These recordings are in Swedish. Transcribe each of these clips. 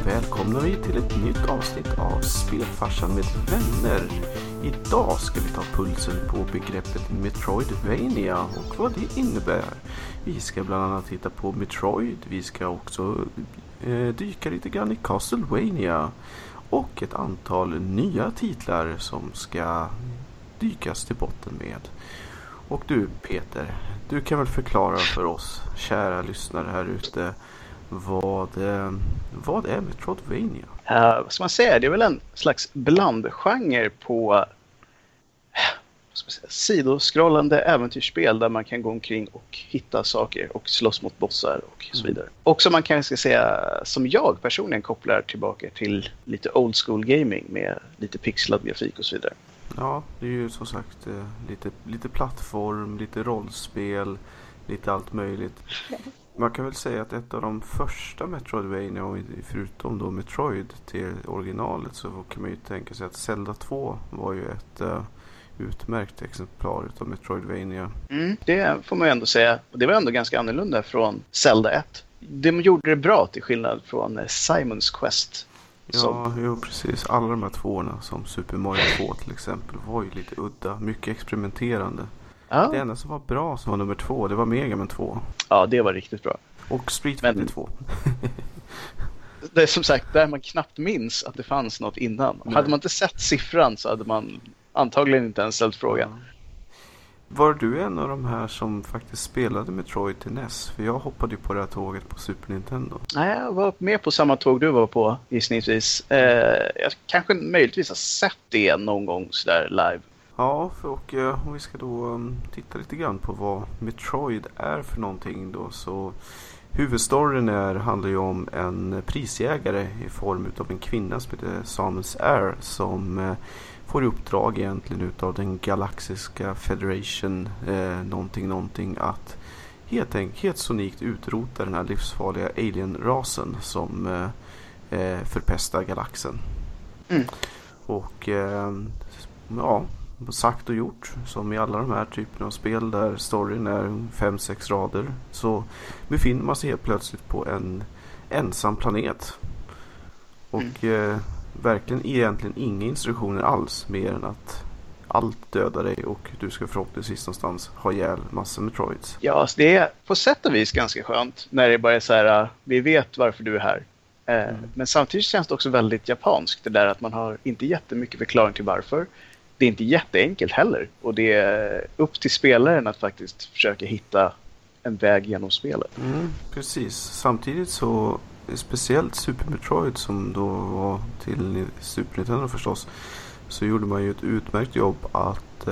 välkomnar vi till ett nytt avsnitt av Spelfarsan med vänner. Idag ska vi ta pulsen på begreppet Metroidvania och vad det innebär. Vi ska bland annat titta på Metroid, vi ska också dyka lite grann i Castlevania och ett antal nya titlar som ska dykas till botten med. Och du Peter, du kan väl förklara för oss kära lyssnare här ute vad är Metroidvania? Vad ska man säga? Det är väl en slags blandgenre på sidoskrollande äventyrsspel där man kan gå omkring och hitta saker och slåss mot bossar och så vidare. Och som man kanske ska säga, som jag personligen kopplar tillbaka till lite old school gaming med lite pixlad grafik och så vidare. Ja, det är ju som sagt lite plattform, lite rollspel, lite allt möjligt. Man kan väl säga att ett av de första Metroidvania, förutom då Metroid till originalet, så kan man ju tänka sig att Zelda 2 var ju ett utmärkt exemplar av Metroidvania. Det får man ju ändå säga. Och det var ändå ganska annorlunda från Zelda 1. De gjorde det bra till skillnad från Simon's Quest. Ja, jo, precis. Alla de här tvåorna som Super Mario 2 till exempel var ju lite udda, mycket experimenterande. Ja. Det enda som var bra som var nummer 2, det var Mega Man 2. Ja, det var riktigt bra. Och Street Fighter 2. Det är som sagt där man knappt minns att det fanns något innan. Nej. Hade man inte sett siffran så hade man antagligen inte ens ställt frågan. Ja. Var du en av de här som faktiskt spelade Metroid till NES? För jag hoppade ju på det här tåget på Super Nintendo. Nej, jag var med på samma tåg du var på gissningsvis. Jag kanske möjligtvis har sett det någon gång sådär live. Ja, och om vi ska då titta lite grann på vad Metroid är för någonting då, så huvudstoryn handlar ju om en prisjägare i form av en kvinna som heter Samus Aran som får i uppdrag egentligen utav den galaxiska Federation någonting att helt sonikt utrota den här livsfarliga alien-rasen som förpestar galaxen. Och ja, sagt och gjort, som i alla de här typerna av spel där storyn är 5-6 rader, så befinner man sig helt plötsligt på en ensam planet. Och verkligen egentligen inga instruktioner alls, mer än att allt dödar dig och du ska förhoppningsvis någonstans ha ihjäl massa Metroids. Ja, alltså det är på sätt och vis ganska skönt när det bara är så här, vi vet varför du är här. Men samtidigt känns det också väldigt japanskt, det där att man har inte jättemycket förklaring till varför. Det är inte jätteenkelt heller. Och det är upp till spelaren att faktiskt försöka hitta en väg genom spelet. Precis. Samtidigt så, speciellt Super Metroid som då var till Super Nintendo förstås, så gjorde man ju ett utmärkt jobb att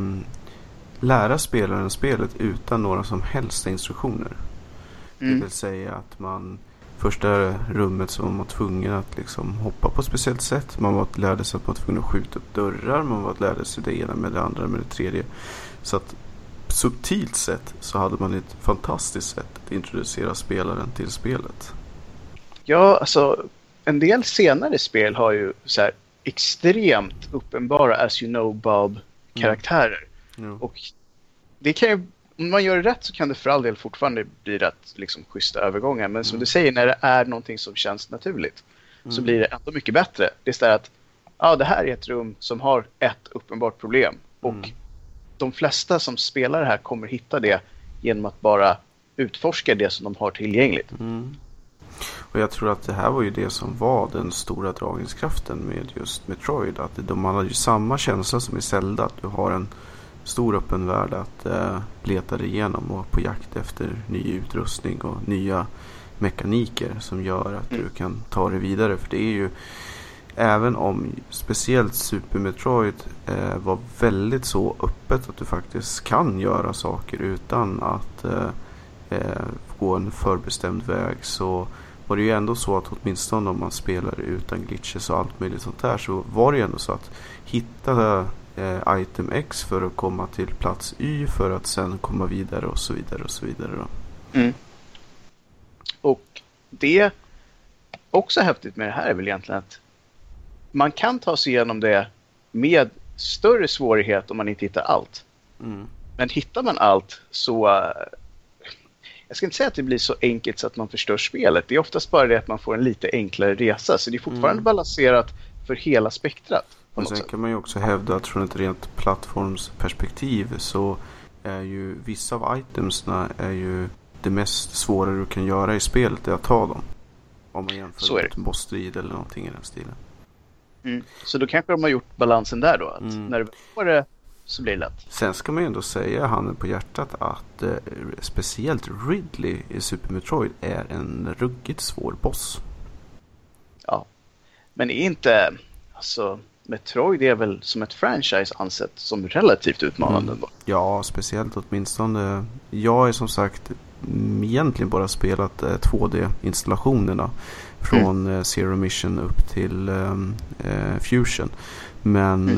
lära spelaren spelet utan några som helst instruktioner. Det vill säga att man första rummet så var man tvungen att liksom hoppa på ett speciellt sätt. Man lärde sig att man var tvungen att skjuta upp dörrar. Man lärde sig det ena med det andra med det tredje. Så att subtilt sett så hade man ett fantastiskt sätt att introducera spelaren till spelet. Ja, alltså en del senare spel har ju så här extremt uppenbara as you know Bob-karaktärer. Och det kan ju, om man gör det rätt så kan det för all del fortfarande bli rätt liksom schyssta övergångar. Men som du säger, när det är någonting som känns naturligt så blir det ändå mycket bättre. Det är så att det här är ett rum som har ett uppenbart problem. Och de flesta som spelar det här kommer hitta det genom att bara utforska det som de har tillgängligt. Och jag tror att det här var ju det som var den stora dragningskraften med just Metroid. Att de hade ju samma känsla som i Zelda, att du har en stor öppen värld att leta dig igenom och på jakt efter ny utrustning och nya mekaniker som gör att du kan ta det vidare. För det är ju, även om speciellt Super Metroid var väldigt så öppet att du faktiskt kan göra saker utan att gå en förbestämd väg, så var det ju ändå så att åtminstone om man spelar utan glitches och allt möjligt sånt där, så var det ju ändå så att hitta item X för att komma till plats Y för att sen komma vidare och så vidare och så vidare då. Och det också häftigt med det här är väl egentligen att man kan ta sig igenom det med större svårighet om man inte hittar allt. Men hittar man allt så jag ska inte säga att det blir så enkelt så att man förstör spelet. Det är oftast bara det att man får en lite enklare resa. Så det är fortfarande balanserat för hela spektrat. Och sen kan man ju också hävda att från ett rent plattformsperspektiv så är ju vissa av itemsna är ju det mest svåra du kan göra i spelet är att ta dem. Om man jämför med ett bossstrid eller någonting i den stilen. Så då kanske de har gjort balansen där då. Att när du får det så blir det lätt. Sen ska man ju ändå säga, handen på hjärtat, att speciellt Ridley i Super Metroid är en ruggigt svår boss. Ja, men är inte... Alltså, Metroid är väl som ett franchise ansett som relativt utmanande då? Ja, speciellt åtminstone. Jag är som sagt egentligen bara spelat 2D-installationerna från Zero Mission upp till Fusion. Men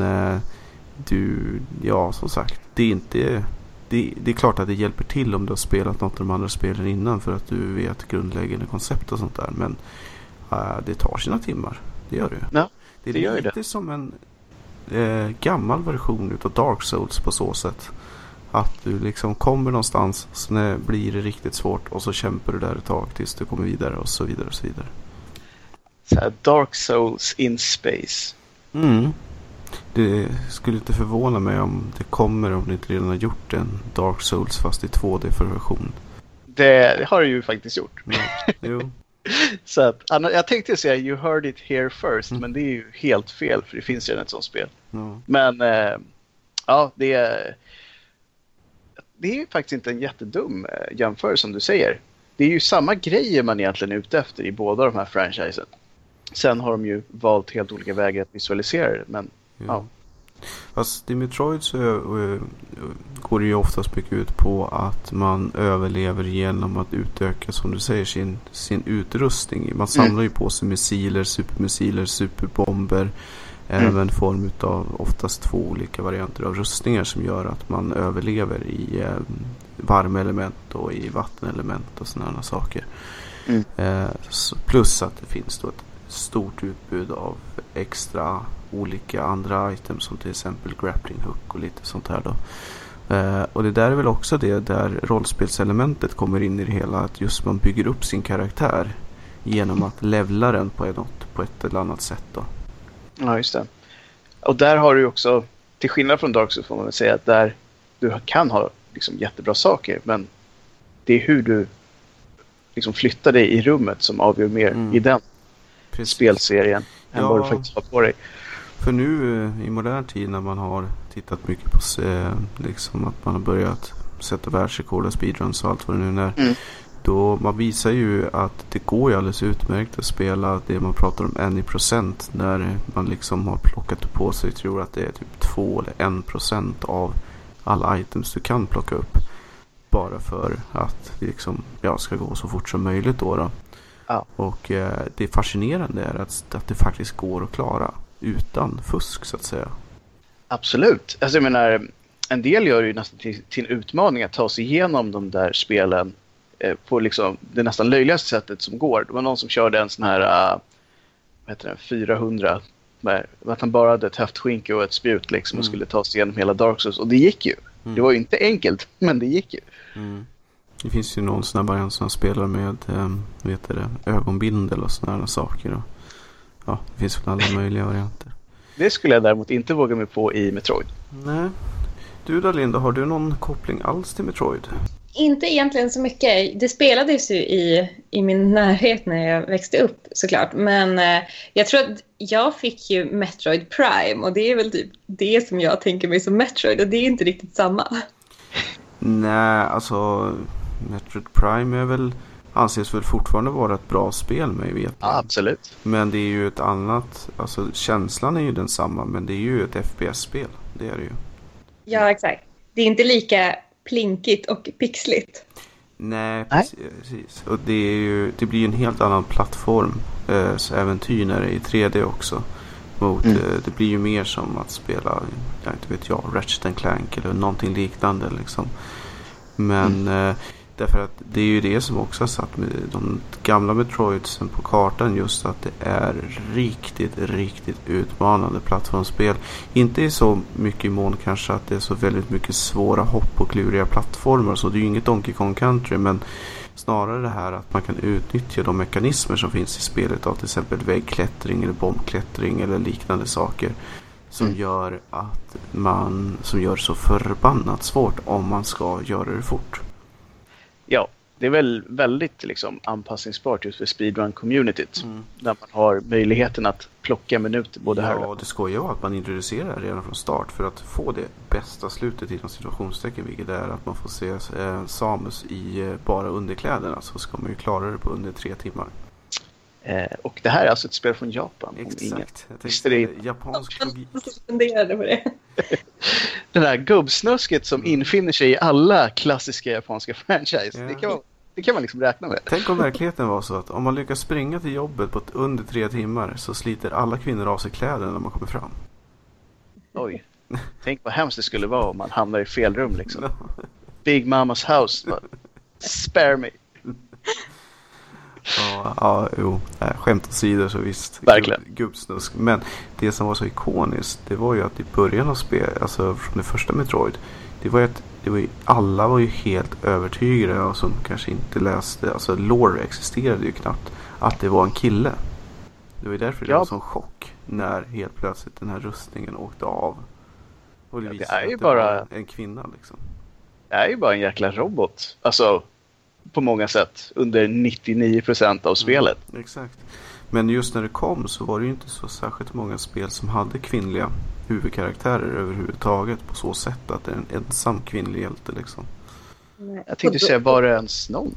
som sagt, det är inte... Det är klart att det hjälper till om du har spelat något av de andra spelen innan för att du vet grundläggande koncept och sånt där. Men det tar sina timmar. Det gör det. Ja, det är lite som en gammal version utav Dark Souls på så sätt. Att du liksom kommer någonstans, så blir det riktigt svårt och så kämpar du där ett tag tills du kommer vidare och så vidare och så vidare. Så här, Dark Souls in space. Det skulle inte förvåna mig om det kommer, om det inte redan har gjort en Dark Souls fast i 2D-version. Det har det ju faktiskt gjort. Jo. Så att, jag tänkte säga you heard it here first, men det är ju helt fel för det finns redan ett sånt spel. Men ja, det är ju faktiskt inte en jättedum jämförelse som du säger. Det är ju samma grejer man egentligen är ute efter i båda de här franchisen. Sen har de ju valt helt olika vägar att visualisera det, men ja. Fast i Metroid så går det ju oftast mycket ut på att man överlever genom att utöka, som du säger, sin utrustning. Man samlar ju på sig missiler, superbomber, även form av oftast 2 olika varianter av rustningar som gör att man överlever i varmelement och i vattenelement och sådana saker. Plus att det finns då ett stort utbud av extra olika andra items som till exempel grappling hook och lite sånt här då. Och det där är väl också det där rollspelselementet kommer in i det hela, att just man bygger upp sin karaktär genom att levla den på ett eller annat sätt då. Ja, just det. Och där har du också, till skillnad från Dark Souls får man väl säga, att där du kan ha liksom jättebra saker, men det är hur du liksom flyttar dig i rummet som avgör mer i den spelserien än vad du faktiskt har på dig. För nu i modern tid när man har tittat mycket på liksom att man har börjat sätta världsrekord och speedruns och allt vad det nu är, då man visar ju att det går ju alldeles utmärkt att spela det man pratar om 1% när man liksom har plockat på sig, tror att det är typ 2 eller 1% av alla items du kan plocka upp, bara för att det liksom, ska gå så fort som möjligt då. Ja. Och det fascinerande är att det faktiskt går att klara utan fusk så att säga. Absolut. Alltså jag menar, en del gör ju nästan till en utmaning att ta sig igenom de där spelen på liksom det nästan löjligaste sättet som går. Det var någon som körde en sån här 400 med att han bara hade ett höftskynke och ett spjut liksom och skulle ta sig igenom hela Dark Souls, och det gick ju. Det var ju inte enkelt, men det gick ju. Det finns ju någon sån här variant som spelar med ögonbindel och såna här saker och det finns väl alla möjliga varianter. Det skulle jag däremot inte våga mig på i Metroid. Nej. Du då, Linda, har du någon koppling alls till Metroid? Inte egentligen så mycket. Det spelades ju i min närhet när jag växte upp såklart. Men jag tror att jag fick ju Metroid Prime. Och det är väl typ det som jag tänker mig som Metroid. Och det är inte riktigt samma. Nej, alltså Metroid Prime anses väl fortfarande vara ett bra spel, mig vet. Ja, absolut. Men det är ju ett annat, alltså känslan är ju densamma, men det är ju ett FPS-spel. Det är det ju. Ja, exakt. Det är inte lika plinkigt och pixligt. Nej, precis. Och det blir ju en helt annan plattform äventyr när det är i 3D också. Det blir ju mer som att spela, Ratchet & Clank eller någonting liknande liksom. Men därför att det är ju det som också har satt med de gamla Metroidsen på kartan, just att det är riktigt, riktigt utmanande plattformsspel. Inte i så mycket i mån kanske att det är så väldigt mycket svåra hopp och kluriga plattformar, så det är ju inget Donkey Kong Country, men snarare det här att man kan utnyttja de mekanismer som finns i spelet av till exempel väggklättring eller bombklättring eller liknande saker som gör så förbannat svårt om man ska göra det fort. Ja, det är väl väldigt liksom anpassningsbart just för speedrun-communityt. Där man har möjligheten att plocka minuter både här och där. Ja, det skojar vara att man introducerar det redan från start för att få det bästa slutet inom situationstecken, vilket är att man får se Samus i bara underkläderna, så ska man ju klara det på under 3 timmar. Och det här är alltså ett spel från Japan. Exakt. Jag tänkte japansk logik. Jag funderade på det. Den här gubbsnusket som infinner sig i alla klassiska japanska franchise. Ja. Det kan man liksom räkna med. Tänk om verkligheten var så att om man lyckas springa till jobbet på under 3 timmar så sliter alla kvinnor av sig kläderna när man kommer fram. Oj. Tänk vad hemskt det skulle vara om man hamnar i fel rum liksom. Big Mamas house. Spare me. Skämt åsido så visst. Verkligen. Gubbsnusk. Men det som var så ikoniskt, det var ju att i början av spelet, alltså från det första Metroid, det var ju alla var ju helt övertygade och som kanske inte läste, alltså lore existerade ju knappt, att det var en kille. Det var ju därför det var en sån chock när helt plötsligt den här rustningen åkte av. Och det visade att det var en kvinna liksom. Det är ju bara en jäkla robot. Alltså på många sätt under 99% av spelet. Exakt. Men just när det kom så var det ju inte så särskilt många spel som hade kvinnliga huvudkaraktärer överhuvudtaget på så sätt att det är en ensam kvinnlig hjälte liksom. Jag tänkte säga, var det ens någon?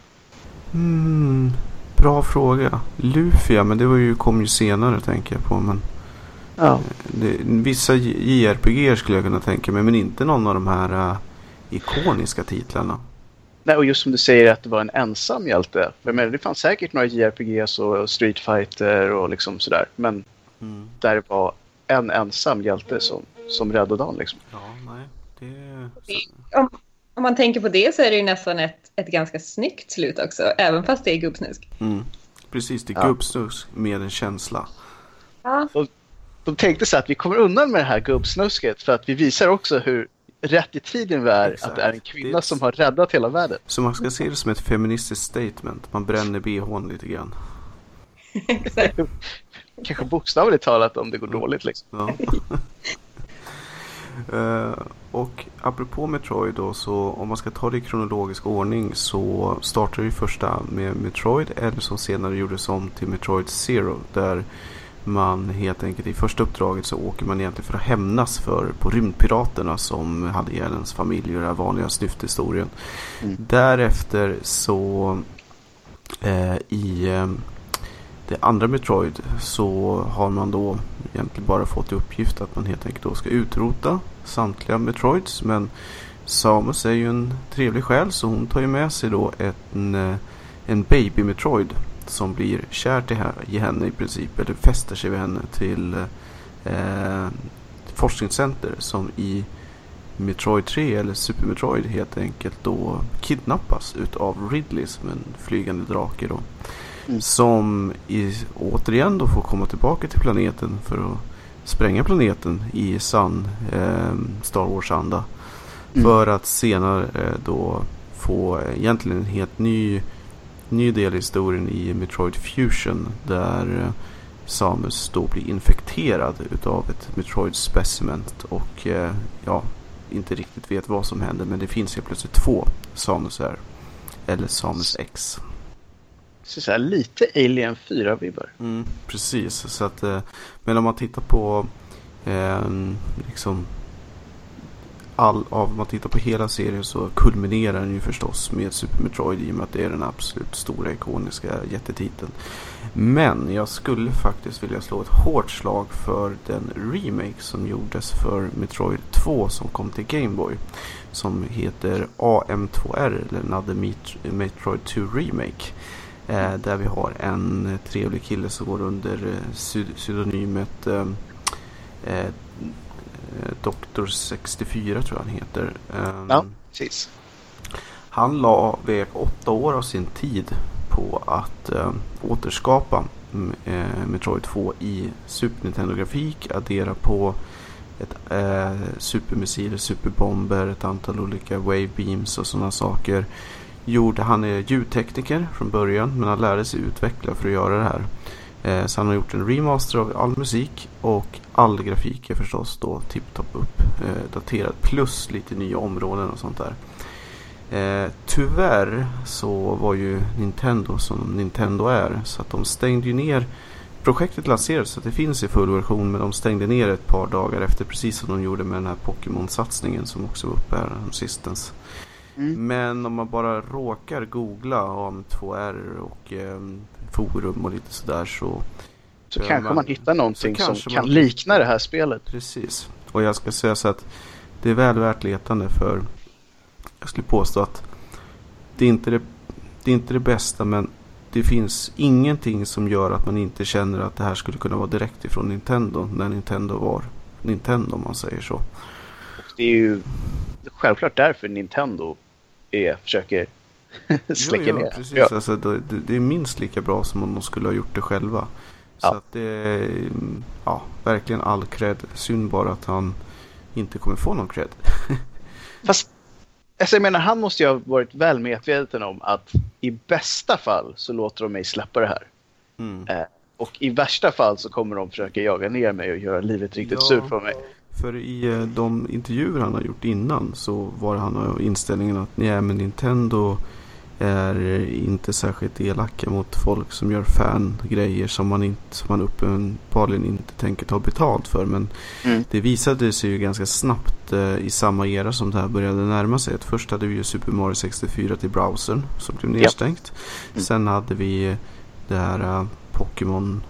Bra fråga. Lufia, men det kom ju senare tänker jag på, men vissa JRPG skulle jag kunna tänka mig, men inte någon av de här ikoniska titlarna. Nej, och just som du säger att det var en ensam hjälte. För det fanns säkert några JRPGs och Street Fighter och liksom sådär. Men där det var en ensam hjälte som räddade dagen liksom. Ja, nej. Om man tänker på det så är det ju nästan ett ganska snyggt slut också. Även fast det är gubbsnusk. Precis, det är gubbsnusk med en känsla. Ja. De tänkte så att vi kommer undan med det här gubbsnusket för att vi visar också hur rätt i tiden vi är. Exakt. Att det är en kvinna som har räddat hela världen. Så man ska se det som ett feministiskt statement. Man bränner BH:n lite grann. Exakt. Kanske bokstavligt talat om det går dåligt liksom. Ja. Och apropå Metroid då, så om man ska ta det i kronologisk ordning så startar det första med Metroid, eller som senare gjordes om till Metroid Zero, där man helt enkelt i första uppdraget så åker man egentligen för att hämnas på rymdpiraterna som hade ihjäl ens familj och den här vanliga snyfthistorien. Därefter så i det andra Metroid så har man då egentligen bara fått i uppgift att man helt enkelt då ska utrota samtliga Metroids, men Samus är ju en trevlig själ så hon tar ju med sig då en baby Metroid som blir kär i henne i princip, eller fäster sig vid henne till forskningscenter som i Metroid 3 eller Super Metroid helt enkelt då kidnappas utav Ridley som en flygande drake då. Som återigen då får komma tillbaka till planeten för att spränga planeten i sann Star Wars-anda. För att senare då få egentligen en helt ny del i historien i Metroid Fusion, där Samus då blir infekterad utav ett Metroid specimen och inte riktigt vet vad som händer, men det finns ju plötsligt 2 Samus här, eller Samus X. Så här lite Alien 4-vibbar. Precis, så att men om man tittar på liksom om man tittar på hela serien så kulminerar den ju förstås med Super Metroid i och med att det är den absolut stora ikoniska jättetiteln. Men jag skulle faktiskt vilja slå ett hårt slag för den remake som gjordes för Metroid 2 som kom till Game Boy, som heter AM2R eller Another Metroid 2 Remake. Där vi har en trevlig kille som går under pseudonymet Dr. 64 tror jag han heter. Ja, precis. Han la väg 8 år av sin tid på att återskapa Metroid 2 i Super Nintendo-grafik, addera på ett supermissiler, superbomber, ett antal olika wave beams och sådana saker. Han är ljudtekniker från början, men han lärde sig utveckla för att göra det här. Så han har gjort en remaster av all musik, och all grafik är förstås då tipptopp daterad, plus lite nya områden och sånt där. Tyvärr så var ju Nintendo som Nintendo är, så att de stängde ju ner. Projektet lanserades så att det finns i full version, men de stängde ner ett par dagar efter, precis som de gjorde med den här Pokémon-satsningen som också var uppe här sistens. Men om man bara råkar googla om 2R och forum och lite sådär, så kanske man hittar någonting som kan likna det här spelet. Precis. Och jag ska säga så att det är väl värt letande, för jag skulle påstå att det är inte det bästa, men det finns ingenting som gör att man inte känner att det här skulle kunna vara direkt ifrån Nintendo, när Nintendo var Nintendo, om man säger så. Och det är ju självklart därför Nintendo försöker släcka ner. Precis. Ja. Alltså, det är minst lika bra som om de skulle ha gjort det själva. Så att det är verkligen all cred. Synd bara att han inte kommer få någon cred. Fast alltså, jag menar, han måste ju ha varit väl medveten om att i bästa fall så låter de mig släppa det här. Och i värsta fall så kommer de försöka jaga ner mig och göra livet riktigt surt för mig. För i de intervjuer han har gjort innan så var han av inställningen att men Nintendo är inte särskilt elaka mot folk som gör fan-grejer som man uppenbarligen inte tänker ta betalt för. Men det visade sig ju ganska snabbt i samma era som det här började närma sig. Först hade vi ju Super Mario 64 till browsern som blev nedstängt. Sen hade vi det här Pokémon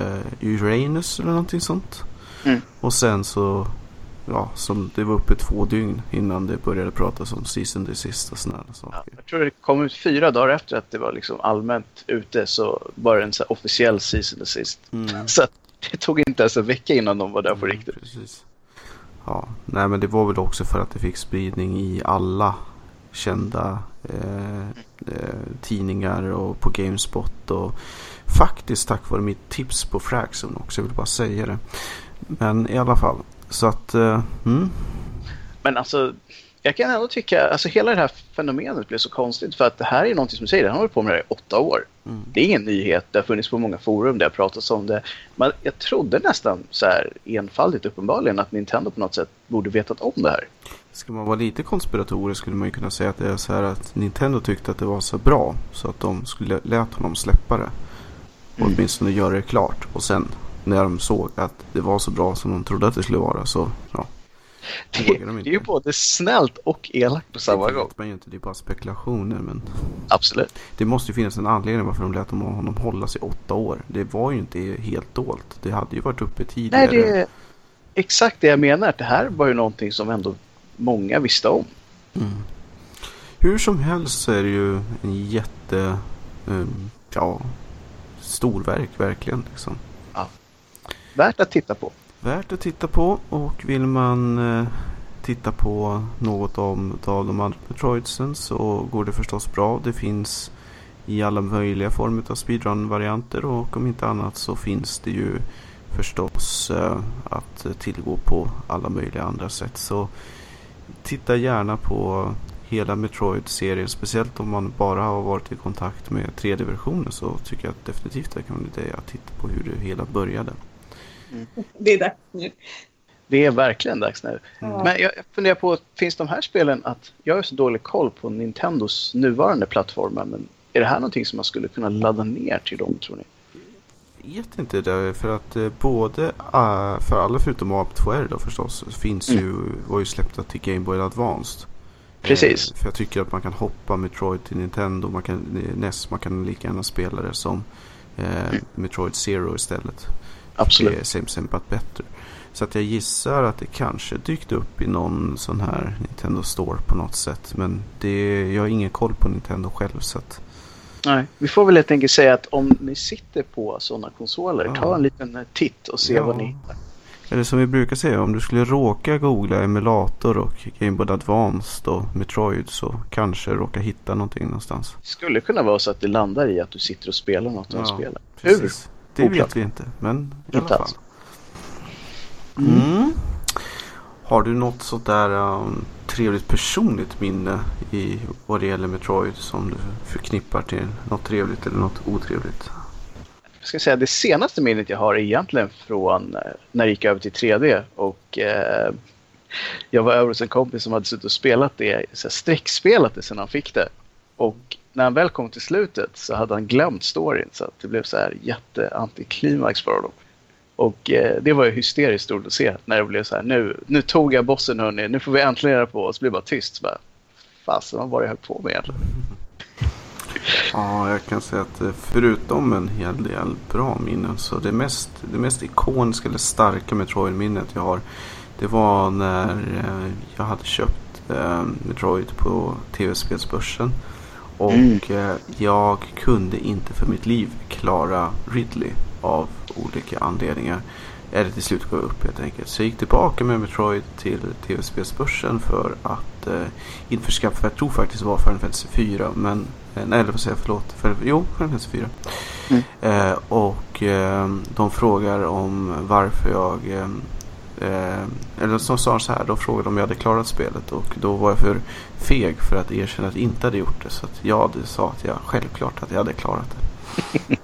Uranus eller någonting sånt. Och sen så som det var uppe 2 dygn innan det började pratas om season desist och sådana saker. Jag tror det kom ut 4 dagar efter att det var liksom allmänt ute, så var det en så här officiell season desist. Så det tog inte ens en vecka innan de var där på riktigt. Precis. Ja, nej, men det var väl också för att det fick spridning i alla kända tidningar och på GameSpot, och faktiskt tack vare mitt tips på Fragzone också, jag vill bara säga det. Men i alla fall, så att Men alltså, jag kan ändå tycka, alltså hela det här fenomenet blev så konstigt, för att det här är någonting som du säger, det har hållit på med det i 8 år. Det är ingen nyhet, det har funnits på många forum, det har pratats om det. Men jag trodde nästan så här enfaldigt uppenbarligen att Nintendo på något sätt borde vetat om det här. Ska man vara lite konspiratorisk skulle man ju kunna säga att det är så här att Nintendo tyckte att det var så bra så att de skulle lät honom släppa det. Och åtminstone göra det klart. Och sen när de såg att det var så bra som de trodde att det skulle vara, så det är ju både snällt och elakt på samma gång. Det är bara spekulationer, men absolut. Det måste ju finnas en anledning varför de lät honom hålla sig 8 år. Det var ju inte helt dolt. Det hade ju varit uppe tidigare. Nej, det är exakt det jag menar. Det här var ju någonting som ändå många visste om. Hur som helst så är det ju en jätte storverk verkligen liksom. Ja. Värt att titta på. Värt att titta på, och vill man titta på något av de andra Metroidsen så går det förstås bra. Det finns i alla möjliga former av speedrun-varianter, och om inte annat så finns det ju förstås att tillgå på alla möjliga andra sätt. Så titta gärna på hela Metroid-serien, speciellt om man bara har varit i kontakt med 3D-versionen, så tycker jag att definitivt det kan vara en idé att titta på hur det hela började. Det är dags nu. Det är verkligen dags nu. Men jag funderar på, finns de här spelen att jag har så dålig koll på Nintendos nuvarande plattformar, men är det här någonting som man skulle kunna ladda ner till dem, tror ni? Jag vet inte det, för att både för alla förutom AP2R då förstås finns var ju släppta till Game Boy Advanced. Precis. För jag tycker att man kan hoppa Metroid till Nintendo, man kan lika gärna spela det som Metroid Zero istället. Absolut. Det är same but better. Så att jag gissar att det kanske dykt upp i någon sån här Nintendo Store på något sätt. Men jag har ingen koll på Nintendo själv, så att... Nej, vi får väl helt enkelt säga att om ni sitter på sådana konsoler, ta en liten titt och se vad ni hittar. Eller som vi brukar säga, om du skulle råka googla emulator och Game Boy Advanced och Metroid, så kanske råka hitta någonting någonstans. Det skulle kunna vara så att det landar i att du sitter och spelar något och spelar. Precis. Det vet vi inte, men i alla fall. Har du något sånt där trevligt personligt minne i vad det gäller Metroid som du förknippar till något trevligt eller något otrevligt? Jag ska säga det senaste minnet jag har är egentligen från när jag gick över till 3D och jag var över hos en kompis som hade suttit och spelat det, så här, sträckspelat det sen han fick det. Och när han väl kom till slutet så hade han glömt storyn, så att det blev så här jätte-antiklimax för honom. Och det var ju hysteriskt roligt att se när det blev så här, nu tog jag bossen hörni, nu får vi äntligen göra på oss. Det blev bara tyst. Så bara, fasen, vad var det jag höll på med egentligen? Ja, jag kan säga att förutom en hel del bra minnen så det mest ikoniska eller starka Metroid-minnet jag har, det var när jag hade köpt Metroid på TV-spelsbörsen och jag kunde inte för mitt liv klara Ridley av olika anledningar. Eller till slut gå upp helt enkelt. Så jag gick tillbaka med Metroid till TV-spelsbörsen för att införskaffa, för jag tror faktiskt det var Final Fantasy 4, men nej, eller vad säger jag, förlåt. Final Fantasy 4. Och de frågar om varför jag eller som sa så här, de frågade om jag hade klarat spelet och då var jag för feg för att erkänna att jag inte hade gjort det, så att jag sa att jag självklart att jag hade klarat det.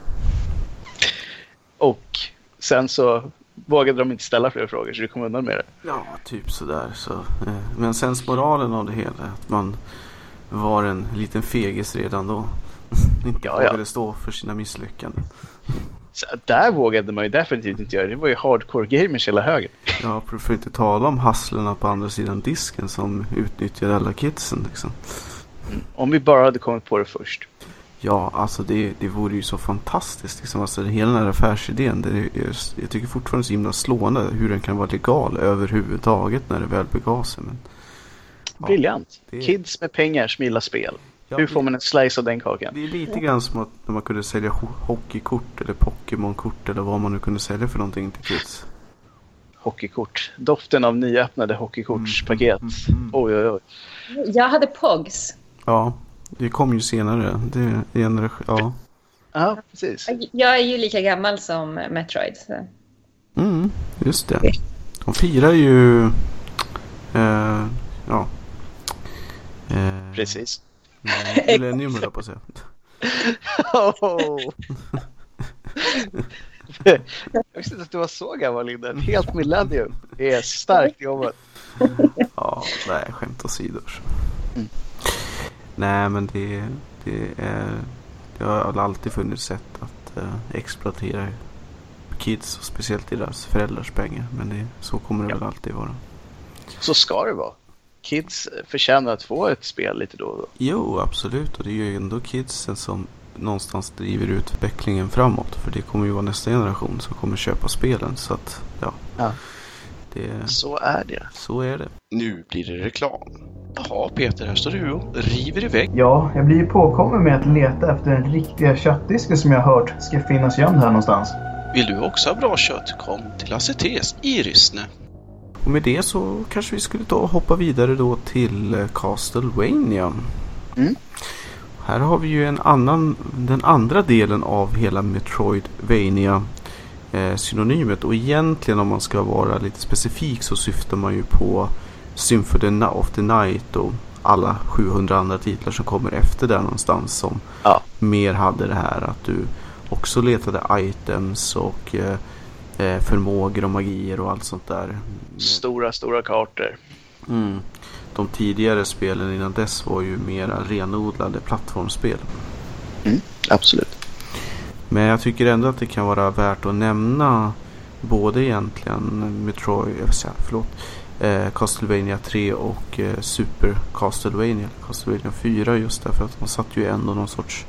Och sen så vågade de inte ställa fler frågor så du kom undan med det. Ja, typ sådär. Så, men sen moralen av det hela, att man var en liten fegis redan då. Inte vågade stå för sina misslyckanden. Så där vågade man ju definitivt inte göra. Det var ju hardcore gamers hela högen. Ja, för att inte tala om hasslarna på andra sidan disken som utnyttjade alla kidsen liksom. Om vi bara hade kommit på det först. Ja, alltså det vore ju så fantastiskt liksom. Alltså hela den här affärsidén, jag tycker fortfarande så himla slående hur den kan vara legal överhuvudtaget när det väl begav sig. Men, ja, briljant. Kids med pengar som gillar spel. Ja, hur får man en slice av den kakan? Det är lite grann som att när man kunde sälja hockeykort eller Pokémon-kort eller vad man nu kunde sälja för någonting till kids. Hockeykort. Doften av nyöppnade hockeykortspaket. Oj, oj, oj. Jag hade Pogs. Ja, det kom ju senare. Ja, precis. Jag är ju lika gammal som Metroid. Så. Just det. De firar ju... precis. Millennium höll jag på att säga. Jag visste inte att du var så gammal, Linda. Ett helt millennium. Det är starkt jobbat. Ja, nej, skämt åsido. Nej, men det har alltid funnits sätt att exploatera kids och speciellt deras föräldrars pengar. Men så kommer det väl alltid vara. Så ska det vara. Kids förtjänar att få ett spel lite då och då. Jo, absolut. Och det är ju ändå kidsen som någonstans driver utvecklingen framåt. För det kommer ju vara nästa generation som kommer köpa spelen. Så att, ja. Så är det. Så är det. Nu blir det reklam. Jaha, Peter, här står du och river iväg. Ja, jag blir ju påkommen med att leta efter den riktiga köttdisken som jag har hört ska finnas gömd här någonstans. Vill du också ha bra kött? Kom till Acetes i Rissne. Och med det så kanske vi skulle ta och hoppa vidare då till Castlevania. Här har vi ju den andra delen av hela Metroidvania synonymet. Och egentligen om man ska vara lite specifik så syftar man ju på Symphony of the Night och alla 700 andra titlar som kommer efter där någonstans som mer hade det här att du också letade items och förmågor och magier och allt sånt där. Stora kartor. De tidigare spelen innan dess var ju mera renodlade plattformsspel. Absolut. Men jag tycker ändå att det kan vara värt att nämna både egentligen Castlevania 3 och Super Castlevania 4, just därför att man satt ju ändå någon sorts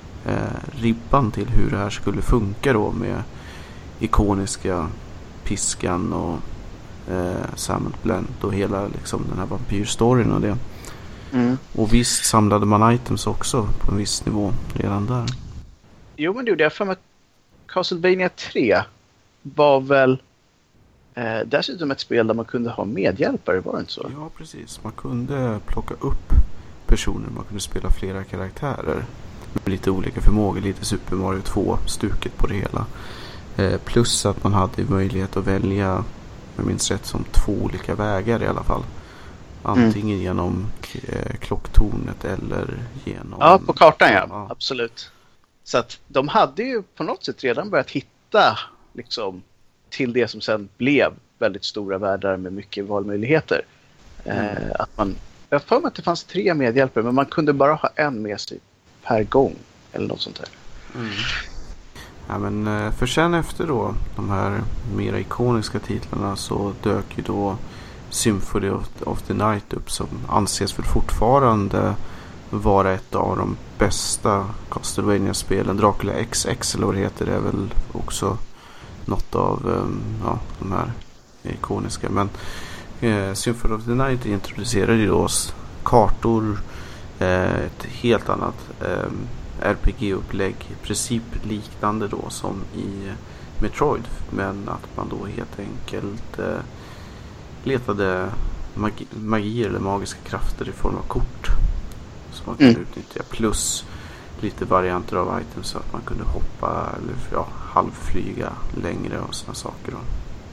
ribban till hur det här skulle funka då med ikoniska piskan och Samuel Blunt och hela liksom den här vampyrstoryn och det. Och visst samlade man items också på en viss nivå redan där. Jo, men det gjorde jag för mig att Castlevania 3 var väl dessutom ett spel där man kunde ha medhjälpare, var det inte så? Ja, precis. Man kunde plocka upp personer, man kunde spela flera karaktärer med lite olika förmågor, lite Super Mario 2-stuket på det hela. Plus att man hade möjlighet att välja jag minns rätt, som 2 olika vägar i alla fall. Antingen genom klocktornet eller genom... Ja, på kartan ja. Absolut. Så att de hade ju på något sätt redan börjat hitta liksom, till det som sen blev väldigt stora världar med mycket valmöjligheter. Att man, jag får mig att det fanns 3 medhjälpare, men man kunde bara ha en med sig per gång eller något sånt där. Ja, men för sen efter då de här mer ikoniska titlarna så dök ju då Symphony of the Night upp, som anses för fortfarande vara ett av de bästa Castlevania-spelen. Dracula XX eller vad det heter, är väl också något av de här ikoniska. Men Symphony of the Night introducerade ju då kartor, ett helt annat RPG-upplägg, i princip liknande då som i Metroid, men att man då helt enkelt letade magier eller magiska krafter i form av kort som man kunde utnyttja, plus lite varianter av items så att man kunde hoppa eller halvflyga längre och såna saker då.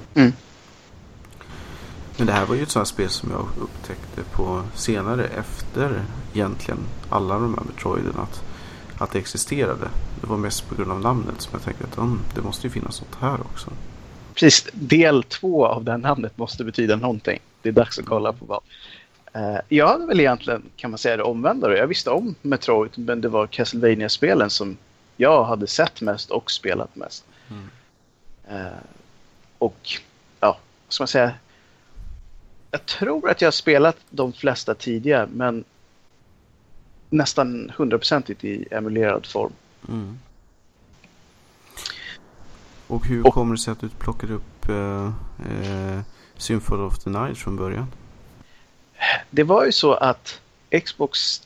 Men det här var ju ett sådant spel som jag upptäckte på senare, efter egentligen alla de här Metroiden, att det existerade. Det var mest på grund av namnet som jag tänkte att det måste ju finnas något här också. Precis, del 2 av det här namnet måste betyda någonting. Det är dags att kolla på vad. Jag hade väl egentligen, kan man säga, det omvända. Jag visste om Metroid, men det var Castlevania-spelen som jag hade sett mest och spelat mest. Och ja, vad ska man säga? Jag tror att jag har spelat de flesta tidigare, men nästan 100% i emulerad form. Och hur kommer det sig att du plockade upp Symphony of the Night från början? Det var ju så att Xbox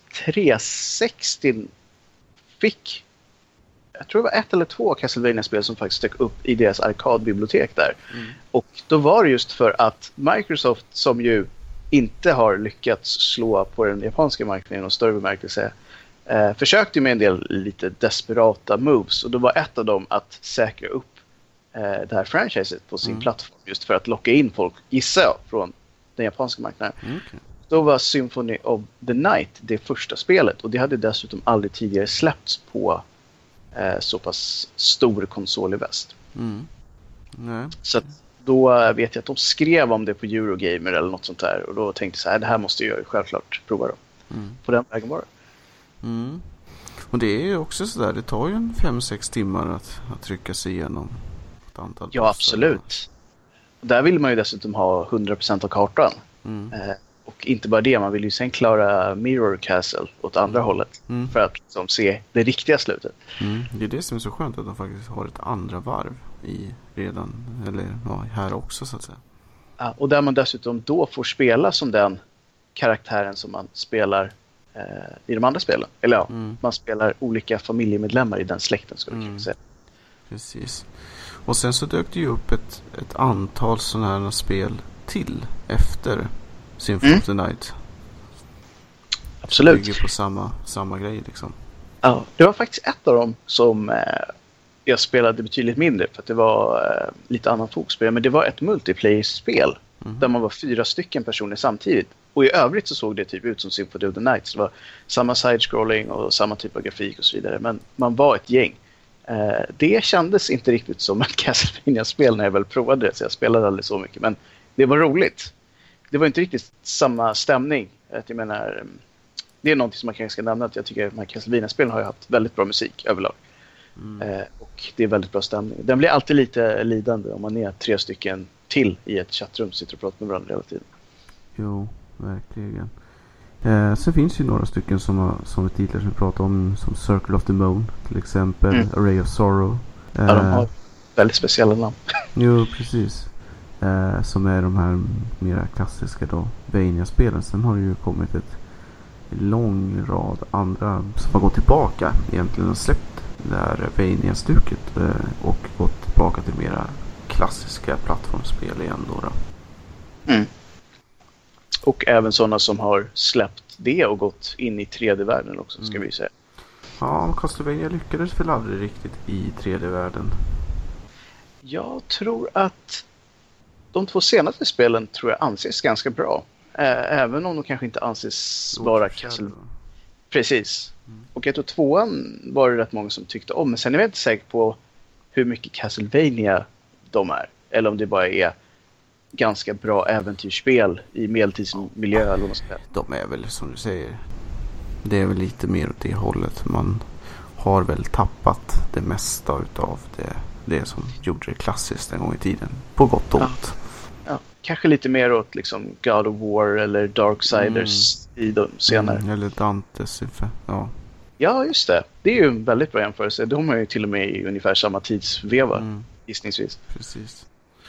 360 fick, jag tror det var 1 eller 2 Castlevania-spel som faktiskt dök upp i deras arkadbibliotek där. Och då var det just för att Microsoft, som ju inte har lyckats slå på den japanska marknaden och större bemärkelse, försökte med en del lite desperata moves, och då var ett av dem att säkra upp det här franchiset på sin plattform, just för att locka in folk, gissar jag, från den japanska marknaden. Då var Symphony of the Night det första spelet, och det hade dessutom aldrig tidigare släppts på så pass stor konsol i väst. Så att då vet jag att de skrev om det på Eurogamer eller något sånt där, och då tänkte jag så här, det här måste jag självklart prova då. På den vägen var det. Och det är ju också sådär, det tar ju 5-6 timmar att trycka sig igenom ett antal. Ja, absolut. Där vill man ju dessutom ha 100% av kartan. Och inte bara det, man vill ju sen klara Mirror Castle åt andra hållet för att liksom se det riktiga slutet. Det är det som är så skönt, att de faktiskt har ett andra varv i redan, eller här också så att säga. Ja, och där man dessutom då får spela som den karaktären som man spelar i de andra spelen. Eller man spelar olika familjemedlemmar i den släkten, ska du kunna säga. Precis. Och sen så dök det ju upp ett antal sådana här spel till efter Symphony of the Night. Absolut. Det bygger på samma grej liksom. Ja, det var faktiskt ett av dem som jag spelade betydligt mindre, för att det var lite annan fokusspel, men det var ett multiplayer-spel där man var 4 stycken personer samtidigt. Och i övrigt så såg det typ ut som Symphony of the Night. Så det var samma side-scrolling och samma typ av grafik och så vidare. Men man var ett gäng. Det kändes inte riktigt som ett Castlevania-spel när jag väl provade det. Så jag spelade aldrig så mycket. Men det var roligt. Det var inte riktigt samma stämning. Jag menar, det är något som man kanske ska nämna. Att jag tycker att de här Castlevania-spelen har haft väldigt bra musik överlag. Och det är väldigt bra stämning. Den blir alltid lite lidande om man är 3 stycken till i ett chattrum, sitter och pratar med varandra hela tiden. Jo, verkligen. Sen finns ju några stycken som vi tidigare pratade om, som Circle of the Moon till exempel, Array of Sorrow. Ja, de har väldigt speciella namn. Jo, precis. Som är de här mera klassiska då, Vania-spelen. Sen har det ju kommit ett lång rad andra som har gått tillbaka egentligen och släppt det här Vania-stuket och gått tillbaka till mera klassiska plattformsspel igen då. Och även sådana som har släppt det och gått in i 3D-världen också, ska vi säga. Ja, Castlevania lyckades väl aldrig riktigt i 3D-världen. Jag tror att de 2 senaste spelen tror jag anses ganska bra. Även om de kanske inte anses vara Castlevania. Precis. Och 1 och 2:an var det rätt många som tyckte om. Men sen är jag inte säker på hur mycket Castlevania de är. Eller om det bara är ganska bra äventyrsspel i medeltidsmiljö eller något sånt. De är väl som du säger. Det är väl lite mer åt det hållet. Man har väl tappat det mesta utav det som gjorde det klassiskt en gång i tiden. På gott och ont. Ja, kanske lite mer åt liksom God of War eller Darksiders i de senare. Eller Dantes. Ja. Ja, just det. Det är ju en väldigt bra jämförelse. De är ju till och med i ungefär samma tidsveva, gissningsvis. Precis.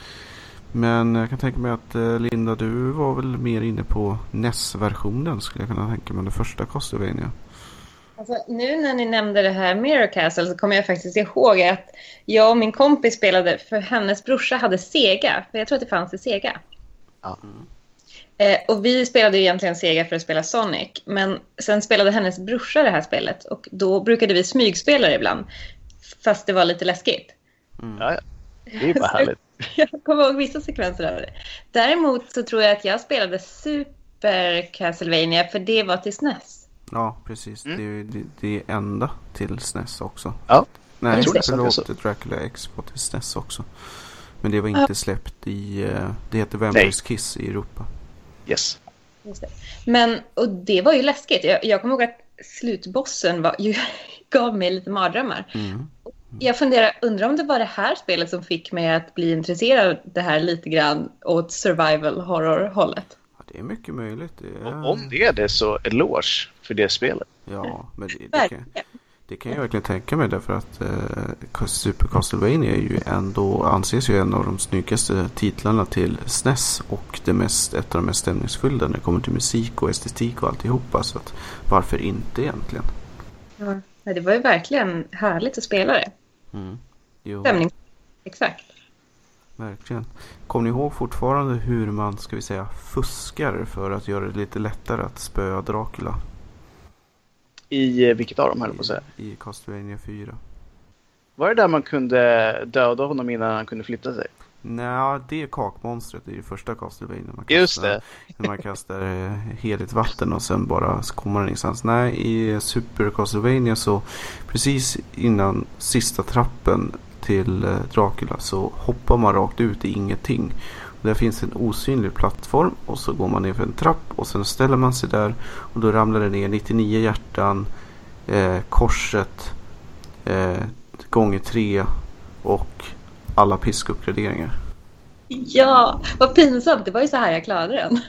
Men jag kan tänka mig att Linda, du var väl mer inne på NES-versionen, skulle jag kunna tänka mig, det första Castlevania. Alltså, nu när ni nämnde det här Mirror Castle så kommer jag faktiskt ihåg att jag och min kompis spelade, för hennes brorsa hade Sega. För jag tror att det fanns i Sega. Ja. Och vi spelade egentligen Sega för att spela Sonic. Men sen spelade hennes brorsa det här spelet. Och då brukade vi smygspela det ibland. Fast det var lite läskigt. Ja, det är bara härligt. Jag kommer ihåg vissa sekvenser av det. Däremot så tror jag att jag spelade Super Castlevania, för det var till SNES. Ja, precis. Det är ända till SNES också. Ja. Nej, jag tror det till Dracula X var till SNES också. Men det var inte släppt i... Det heter Vampires Kiss i Europa. Yes. Just det. Men, och det var ju läskigt. Jag kommer ihåg att slutbossen gav mig lite mardrömmar. Jag undrar om det var det här spelet som fick mig att bli intresserad av det här lite grann åt survival horror-hållet. Ja, det är mycket möjligt. Om det är det så eloge för det spelet. Ja, men det kan jag verkligen tänka mig, därför att Super Castlevania är ju ändå, anses ju en av de snyggaste titlarna till SNES och ett av de mest stämningsfulla när det kommer till musik och estetik och alltihopa, så att varför inte egentligen? Ja, det var ju verkligen härligt att spela det. Stämning. Exakt. Verkligen. Kommer ni ihåg fortfarande hur man, ska vi säga, fuskar för att göra det lite lättare att spöa Dracula? I vilket av dem, höll på att säga? I Castlevania 4. Var det där man kunde döda honom innan han kunde flytta sig? Nej, det är kakmonstret i det första Castlevania. Just det. När man kastar heligt vatten och sen bara kommer den instans. Nej, i Super Castlevania så precis innan sista trappen till Dracula så hoppar man rakt ut i ingenting. Där finns en osynlig plattform och så går man ner för en trapp och sen ställer man sig där och då ramlar det ner 99 hjärtan, korset, gånger 3 och alla piskuppgraderingar. Ja, vad pinsamt. Det var ju så här jag klarade den.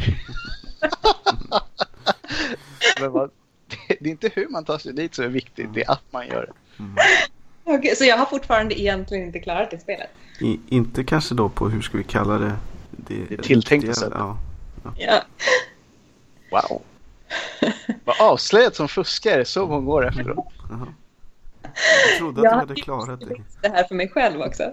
Men det är inte hur man tar sig dit som är viktigt, det är att man gör det. Okej, så jag har fortfarande egentligen inte klarat det spelet. Inte kanske då på, hur ska vi kalla det? Det tilltänkta sättet. Ja. Wow. Vad avslöjat som fuskare så många år efteråt. Jag trodde att du hade klarat det här för mig själv också.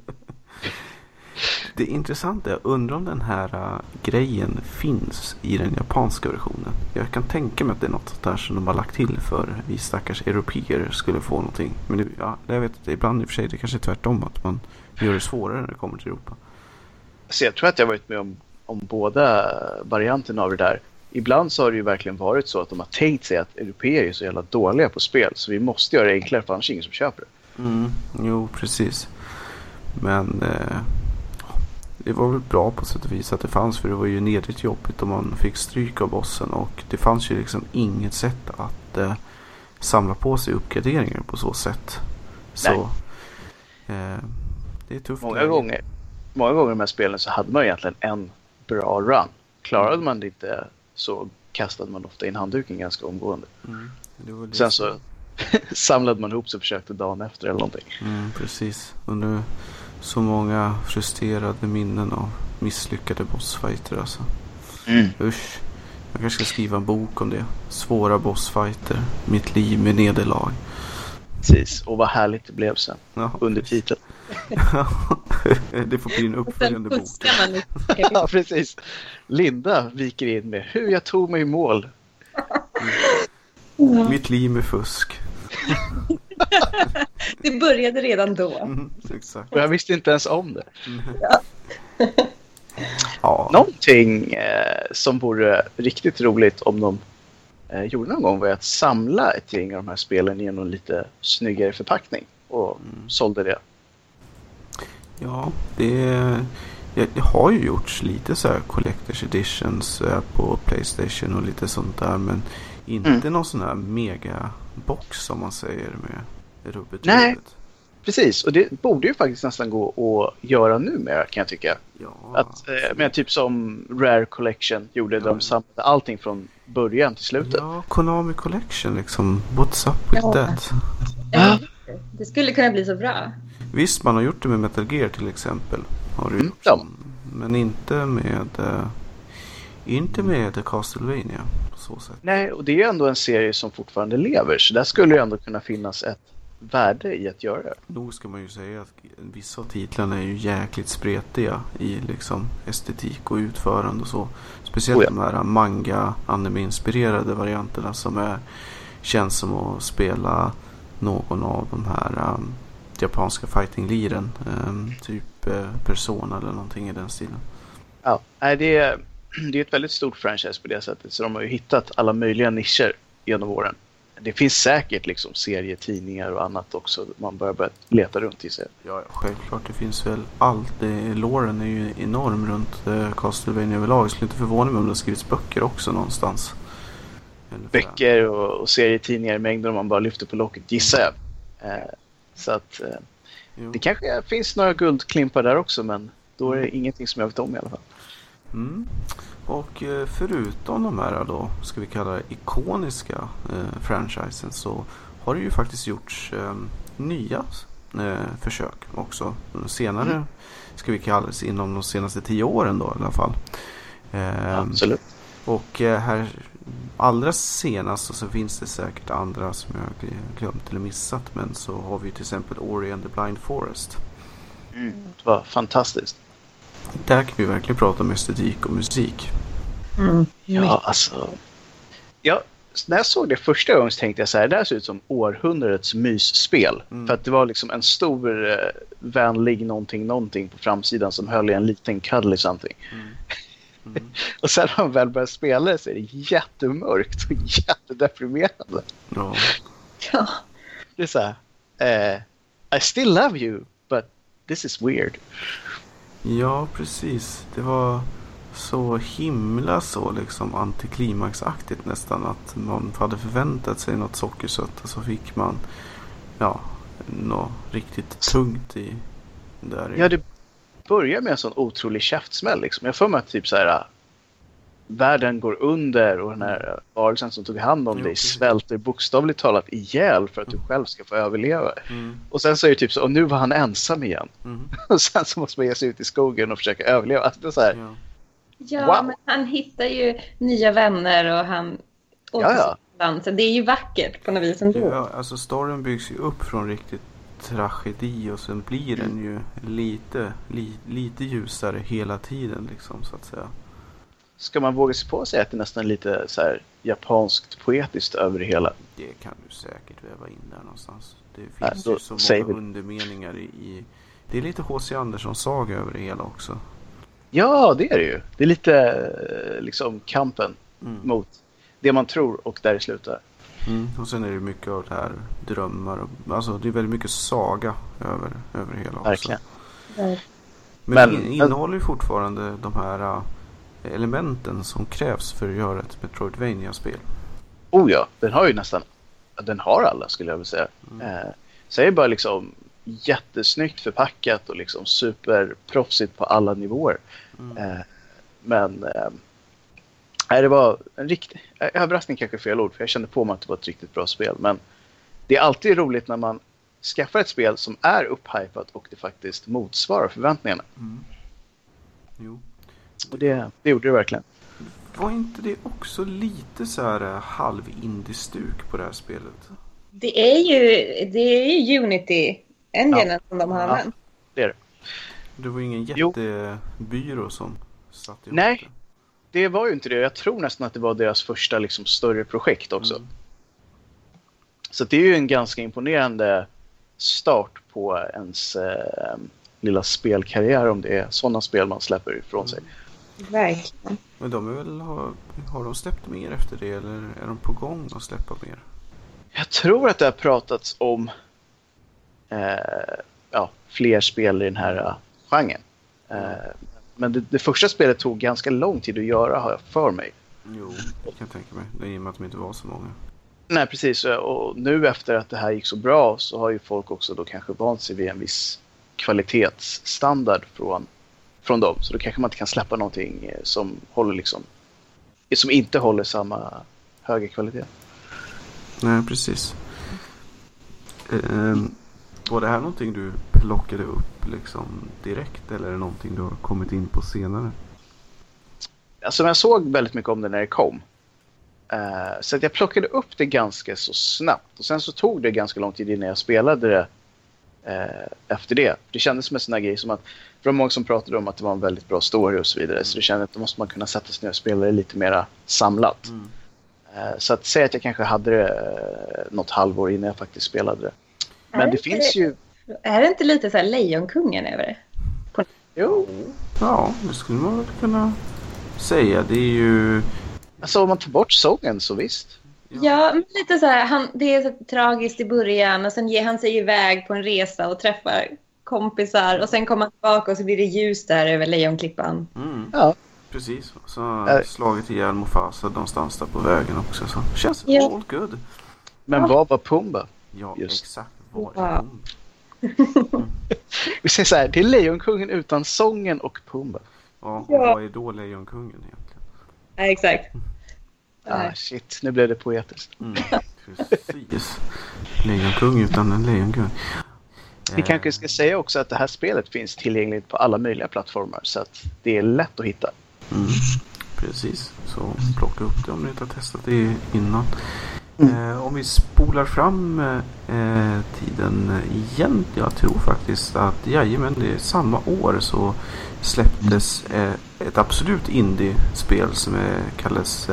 Det är intressant, jag undrar om den här grejen finns i den japanska versionen. Jag kan tänka mig att det är något där som de har lagt till för vi stackars europeer skulle få någonting. Men det, jag vet att ibland i och för sig det kanske är tvärtom, att man gör det svårare när det kommer till Europa. Så jag tror att jag har varit med om båda varianterna av det där. Ibland så har det ju verkligen varit så att de har tänkt sig att europeer är så jävla dåliga på spel, så vi måste göra det enklare för annars ingen som köper det. Jo, precis. Men det var väl bra på sätt och vis att det fanns, för det var ju nedligt jobbigt om man fick stryk av bossen och det fanns ju liksom inget sätt att samla på sig uppgraderingar på så sätt. Så det är tufft. Många gånger i de här spelen så hade man egentligen en bra run. Klarade man det inte så kastade man ofta in handduken ganska omgående. Sen så samlade man ihop sig och försökte dagen efter eller någonting. Precis. Och nu så många frustrerade minnen av misslyckade bossfighter alltså. Usch. Jag kanske ska skriva en bok om det. Svåra bossfighter. Mitt liv med nederlag. Precis. Och vad härligt det blev sen. Under titeln. Det får bli en uppföljande bok. Ja, precis. Linda viker in med hur jag tog mig i mål. Mitt liv med fusk. Det började redan då. Exakt. Och jag visste inte ens om det. Ja. Någonting som vore riktigt roligt om de gjorde någon gång var att samla ett gäng av de här spelen i en lite snyggare förpackning och sålde det. Ja, det har ju gjorts lite så här collector's editions på PlayStation och lite sånt där, men inte någon sån här megabox som man säger med rubbet. Nej, precis. Och det borde ju faktiskt nästan gå att göra numera, kan jag tycka. Ja. Men typ som Rare Collection gjorde, de samlade allting från början till slutet. Ja, Konami Collection liksom. What's up with that? Ja. Det skulle kunna bli så bra. Visst, man har gjort det med Metal Gear till exempel. Har du gjort men inte med Castlevania på så sätt. Nej, och det är ju ändå en serie som fortfarande lever, så där skulle ju ändå kunna finnas ett värde i att göra det. Nog ska man ju säga att vissa av titlarna är ju jäkligt spretiga i liksom estetik och utförande och så. Speciellt de här manga-anime-inspirerade varianterna som känns som att spela någon av de här japanska fighting-liren. Typ Persona eller någonting i den stilen. Ja, det är ett väldigt stort franchise på det sättet. Så de har ju hittat alla möjliga nischer genom åren. Det finns säkert liksom serietidningar och annat också. Man börjar leta runt i sig. Ja, självklart. Det finns väl allt. Låren är ju enorm runt Castlevania överlag. Jag skulle inte förvåna mig om det har skrivits böcker också någonstans. Böcker och serietidningar i mängder om man bara lyfter på locket, gissar jag. Så att det kanske finns några guldklimpar där också, men då är det ingenting som jag vet om i alla fall. Och förutom de här då, ska vi kalla det ikoniska franchisen, så har det ju faktiskt gjorts nya försök också. Senare ska vi kalla det inom de senaste 10 åren då i alla fall. Absolut. Och här allra senast så finns det säkert andra som jag glömt eller missat, men så har vi till exempel Ori and the Blind Forest. Det var fantastiskt. Där kan vi verkligen prata om estetik och musik. Ja, alltså. När jag såg det första gången så tänkte jag så här, det här ser ut som århundradets mysspel. För att det var liksom en stor vänlig någonting på framsidan som höll i en liten cuddly something. Och sen när man väl börjar spela så är det jättemörkt och jättedeprimerande. Ja. Det är så här, I still love you, but this is weird. Ja, precis. Det var så himla så liksom antiklimaxaktigt nästan, att man hade förväntat sig något sockersött och så fick man något riktigt tungt i där. Ja, det börjar med en sån otrolig käftsmäll liksom. Jag får mig att typ så här världen går under och den här varelsen som tog hand om dig svälter bokstavligt talat ihjäl för att du själv ska få överleva. Och sen så är det typ så, och nu var han ensam igen. Och sen så måste man ge sig ut i skogen och försöka överleva. Alltså det är så här, wow. Men han hittar ju nya vänner och han så det är ju vackert på något vis ändå. Ja, alltså storyn byggs ju upp från riktigt tragedi och sen blir den ju lite ljusare hela tiden liksom, så att säga. Ska man våga sig på att säga att det nästan är lite så här japanskt poetiskt över det hela? Det kan du säkert väva in där någonstans. Det finns ju så många undermeningar i. Det är lite H.C. Anderssons saga över det hela också. Ja, det är det ju. Det är lite liksom kampen mot det man tror och där det slutar. Och sen är det mycket av det här drömmar. Alltså det är väldigt mycket saga över det hela också. Verkligen. Men det innehåller ju fortfarande de här elementen som krävs för att göra ett Metroidvania-spel. Oh ja, den har alla skulle jag vilja säga. Så är det bara liksom jättesnyggt förpackat och liksom superproffsigt på alla nivåer. Men det var en riktig överraskning, kanske fel ord, för jag kände på mig att det var ett riktigt bra spel. Men det är alltid roligt när man skaffar ett spel som är upphypat och det faktiskt motsvarar förväntningarna. Jo. Och det gjorde det verkligen. Var inte det också lite så här halv-indie-stuk på det här spelet? Det är ju Unity-enginen som de har använt. Det är det. Det var ingen jättebyrå som satt ihop. Nej, det var ju inte det. Jag tror nästan att det var deras första liksom större projekt också. Så det är ju en ganska imponerande start på ens lilla spelkarriär, om det är sådana spel man släpper ifrån sig. Verkligen. Men de är väl, har de släppt mer efter det, eller är de på gång att släppa mer? Jag tror att det har pratats om fler spel i den här genren. Men det första spelet tog ganska lång tid att göra, har jag för mig. Jo, det kan jag tänka mig. Det är i och med att de inte var så många. Nej, precis. Och nu efter att det här gick så bra så har ju folk också då kanske vant sig vid en viss kvalitetsstandard från dem. Så då kanske man inte kan släppa någonting som håller som inte håller samma höga kvalitet. Nej, precis. Var det här någonting du plockade upp liksom direkt, eller är det någonting du har kommit in på senare? Alltså jag såg väldigt mycket om det när det kom. Så att jag plockade upp det ganska så snabbt. Och sen så tog det ganska lång tid innan jag spelade det efter det. Det kändes som en sån här grej som att det var många som pratade om att det var en väldigt bra story och så vidare. Så det kändes att då måste man kunna sätta sig ner och spela det lite mer samlat. Så att säga att jag kanske hade det något halvår innan jag faktiskt spelade det. Men det finns ju... Är det inte lite så här Lejonkungen över det? Jo. Ja, det skulle man väl kunna säga. Det är ju... Alltså om man tar bort sången så visst. Ja, men lite så här, det är så tragiskt i början och sen ger han sig iväg på en resa och träffar kompisar och sen kommer han tillbaka och så blir det ljus där över Lejonklippan. Ja. Precis, så har slagit ihjäl Mufasa någonstans där på vägen också. Så känns all good. Men vad var Pumba? Ja, just. Exakt. Vad är Pumba? Vi säger så här, det är Lejonkungen utan sången och Pumba. Ja, och vad är då Lejonkungen egentligen? Ja, exakt. Shit, nu blev det poetiskt. Precis. Lejonkung utan en lejonkung. Vi kanske ska säga också att det här spelet finns tillgängligt på alla möjliga plattformar så att det är lätt att hitta. Precis, så plocka upp det om ni inte har testat det innan. Om vi spolar fram tiden igen, jag tror faktiskt att det är samma år så släpptes ett absolut indie-spel som kallas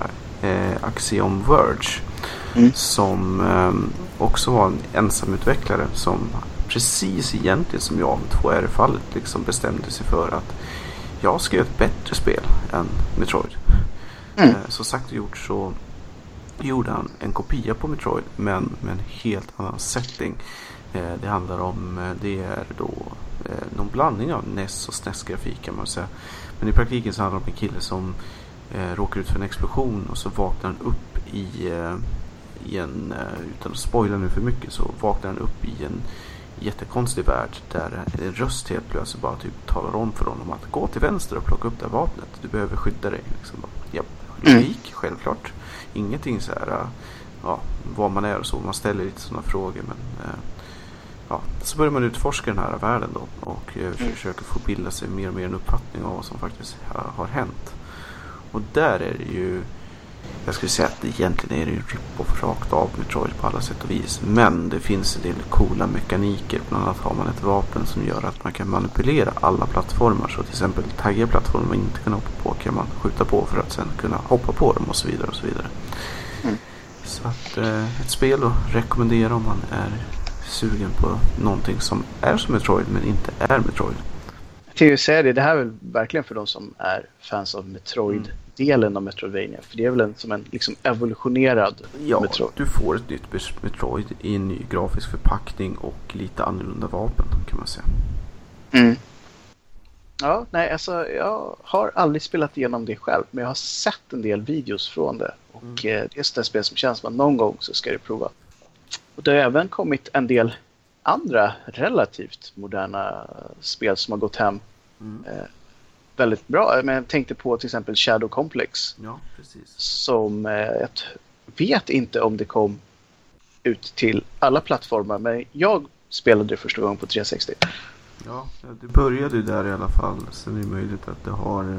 Axiom Verge, som också var en ensamutvecklare som precis egentligen som jag med 2R-fallet liksom bestämde sig för att jag ska göra ett bättre spel än Metroid. Så sagt och gjort så gjorde han en kopia på Metroid men med en helt annan setting. Det handlar om, det är då någon blandning av NES och SNES-grafik kan man säga. Men i praktiken så handlar det om en kille som råkar ut för en explosion och så vaknar han upp i en, utan att spoila nu för mycket, så vaknar han upp i en jättekonstig värld där en röst helt plötsligt bara typ talar om för honom att gå till vänster och plocka upp det här vapnet. Du behöver skydda dig. Liksom. Logik, självklart. Ingenting så här, vad man är och så. Man ställer lite sådana frågor, men så börjar man utforska den här världen då och försöker få bilda sig mer och mer en uppfattning av vad som faktiskt har hänt. Och där är det ju, jag skulle säga att egentligen är det ju rip-off rakt av Metroid på alla sätt och vis. Men det finns en del coola mekaniker. Bland annat har man ett vapen som gör att man kan manipulera alla plattformar. Så till exempel taggiga plattformar man inte kan hoppa på kan man skjuta på för att sen kunna hoppa på dem och så vidare och så vidare. Så att ett spel att rekommendera om man är sugen på någonting som är som Metroid men inte är Metroid. Till att säga det här är väl verkligen för de som är fans av Metroid-delen av Metroidvania. För det är väl som en liksom evolutionerad Metroid. Du får ett nytt Metroid i en ny grafisk förpackning och lite annorlunda vapen kan man säga. Ja, nej, alltså jag har aldrig spelat igenom det själv, men jag har sett en del videos från det. Och det är ett spel som känns som att någon gång så ska det prova. Och det har även kommit en del andra relativt moderna spel som har gått hem väldigt bra. Men jag tänkte på till exempel Shadow Complex. Ja, precis. Som jag vet inte om det kom ut till alla plattformar, men jag spelade det första gången på 360. Ja, det började där i alla fall. Sen är det möjligt att det har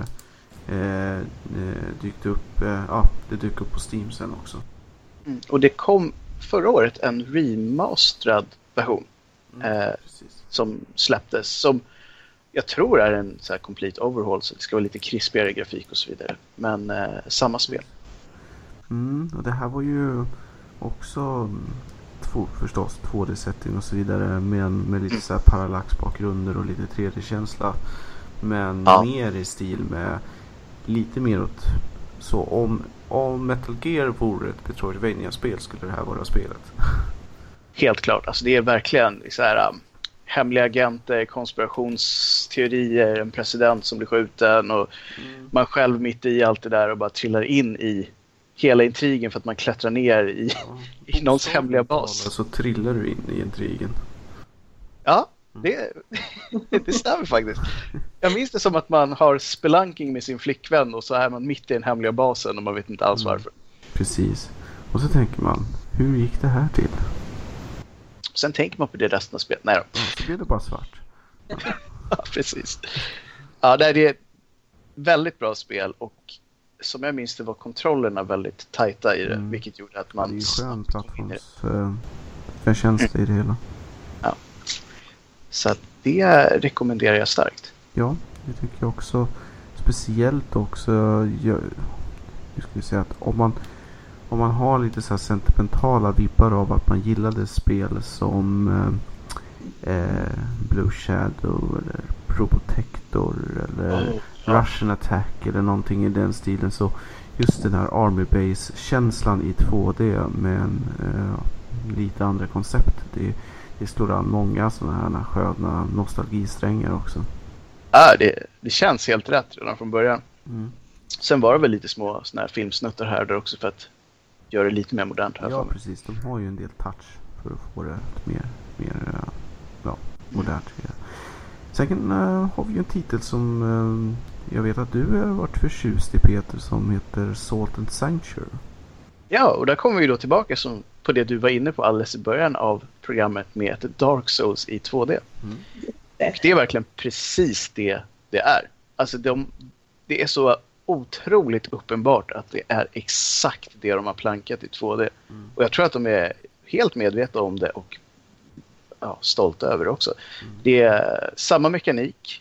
dykt upp. Det dyker upp på Steam sen också. Och det kom förra året en remasterad version som släpptes. Som jag tror är en så här complete overhaul. Så det ska vara lite krispigare grafik och så vidare. Men samma spel. Och det här var ju också förstås 2D-setting och så vidare, men med lite så här parallaxbakgrunder och lite 3D-känsla, men mer i stil med lite mer åt så om Metal Gear vore ett Metroidvania-spel skulle det här vara spelet. Helt klart. Alltså det är verkligen så här, hemliga agenter, konspirationsteorier, en president som blir skjuten och man själv mitt i allt det där och bara trillar in i hela intrigen för att man klättrar ner i någons hemliga bas. Så trillar du in i intrigen. Ja, det stämmer faktiskt. Jag minns det som att man har spelunking med sin flickvän och så är man mitt i den hemliga basen och man vet inte alls varför. Precis. Och så tänker man, hur gick det här till? Sen tänker man på det resten av spelet. Nej då. Ja, så blir det bara svart. Ja, precis. Ja, det är ett väldigt bra spel och som jag minns det var kontrollerna väldigt tajta i det, vilket gjorde att man... Det är ju skön plattformsförtjänst i det hela. Ja. Så att det rekommenderar jag starkt. Ja, det tycker jag också. Speciellt också, jag skulle säga att om man har lite så här sentimentala vibbar av att man gillade spel som Blue Shadow eller Probotector eller Russian Attack eller någonting i den stilen, så just den här Army Base-känslan i 2D med lite andra koncept, det slår an många sådana här sköna nostalgisträngar också. Ja, det känns helt rätt redan från början. Sen var det väl lite små såna här filmsnuttar här där också för att göra det lite mer modernt här. Ja, precis. De har ju en del touch för att få det mer modernt. Ja. Sen har vi ju en titel som jag vet att du har varit förtjust i, Peter, som heter Salt and Sanctuary. Ja, och där kommer vi då tillbaka på det du var inne på alldeles i början av programmet med ett Dark Souls i 2D. Det är verkligen precis det är. Alltså det är så otroligt uppenbart att det är exakt det de har plankat i 2D. Och jag tror att de är helt medvetna om det och stolta över det också. Det är samma mekanik,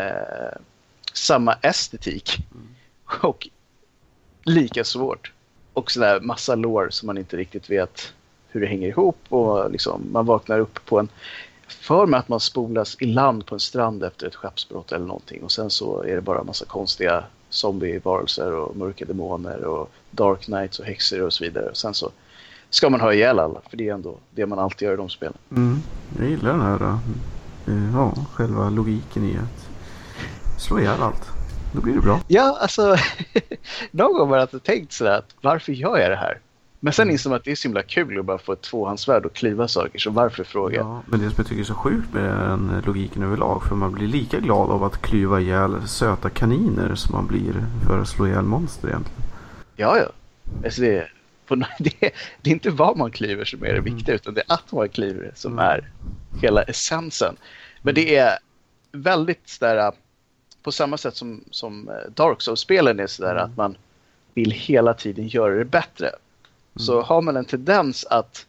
samma estetik och lika svårt. Och sådär massa lore som man inte riktigt vet hur det hänger ihop och liksom man vaknar upp på för mig att man spolas i land på en strand efter ett skeppsbrott eller någonting och sen så är det bara en massa konstiga zombie-varelser och mörka demoner och dark knights och häxor och så vidare. Och sen så ska man ha ihjäl alla, för det är ändå det man alltid gör i de spelen. Jag gillar den här själva logiken i att slå ihjäl allt. Då blir det bra. Ja, alltså någon gång har jag tänkt sådär att varför gör jag det här? Men sen insåg man att det är så himla kul att bara få ett tvåhandsvärd och klyva saker, så varför fråga? Ja, men det som jag tycker är så sjukt med den logiken överlag, för man blir lika glad av att klyva ihjäl söta kaniner som man blir för att slå ihjäl monster egentligen. Ja. Alltså det är inte vad man klyver som är det viktiga, utan det är att man klyver som är hela essensen. Men det är väldigt sådär, på samma sätt som Dark Souls-spelen är sådär att man vill hela tiden göra det bättre. Så har man en tendens att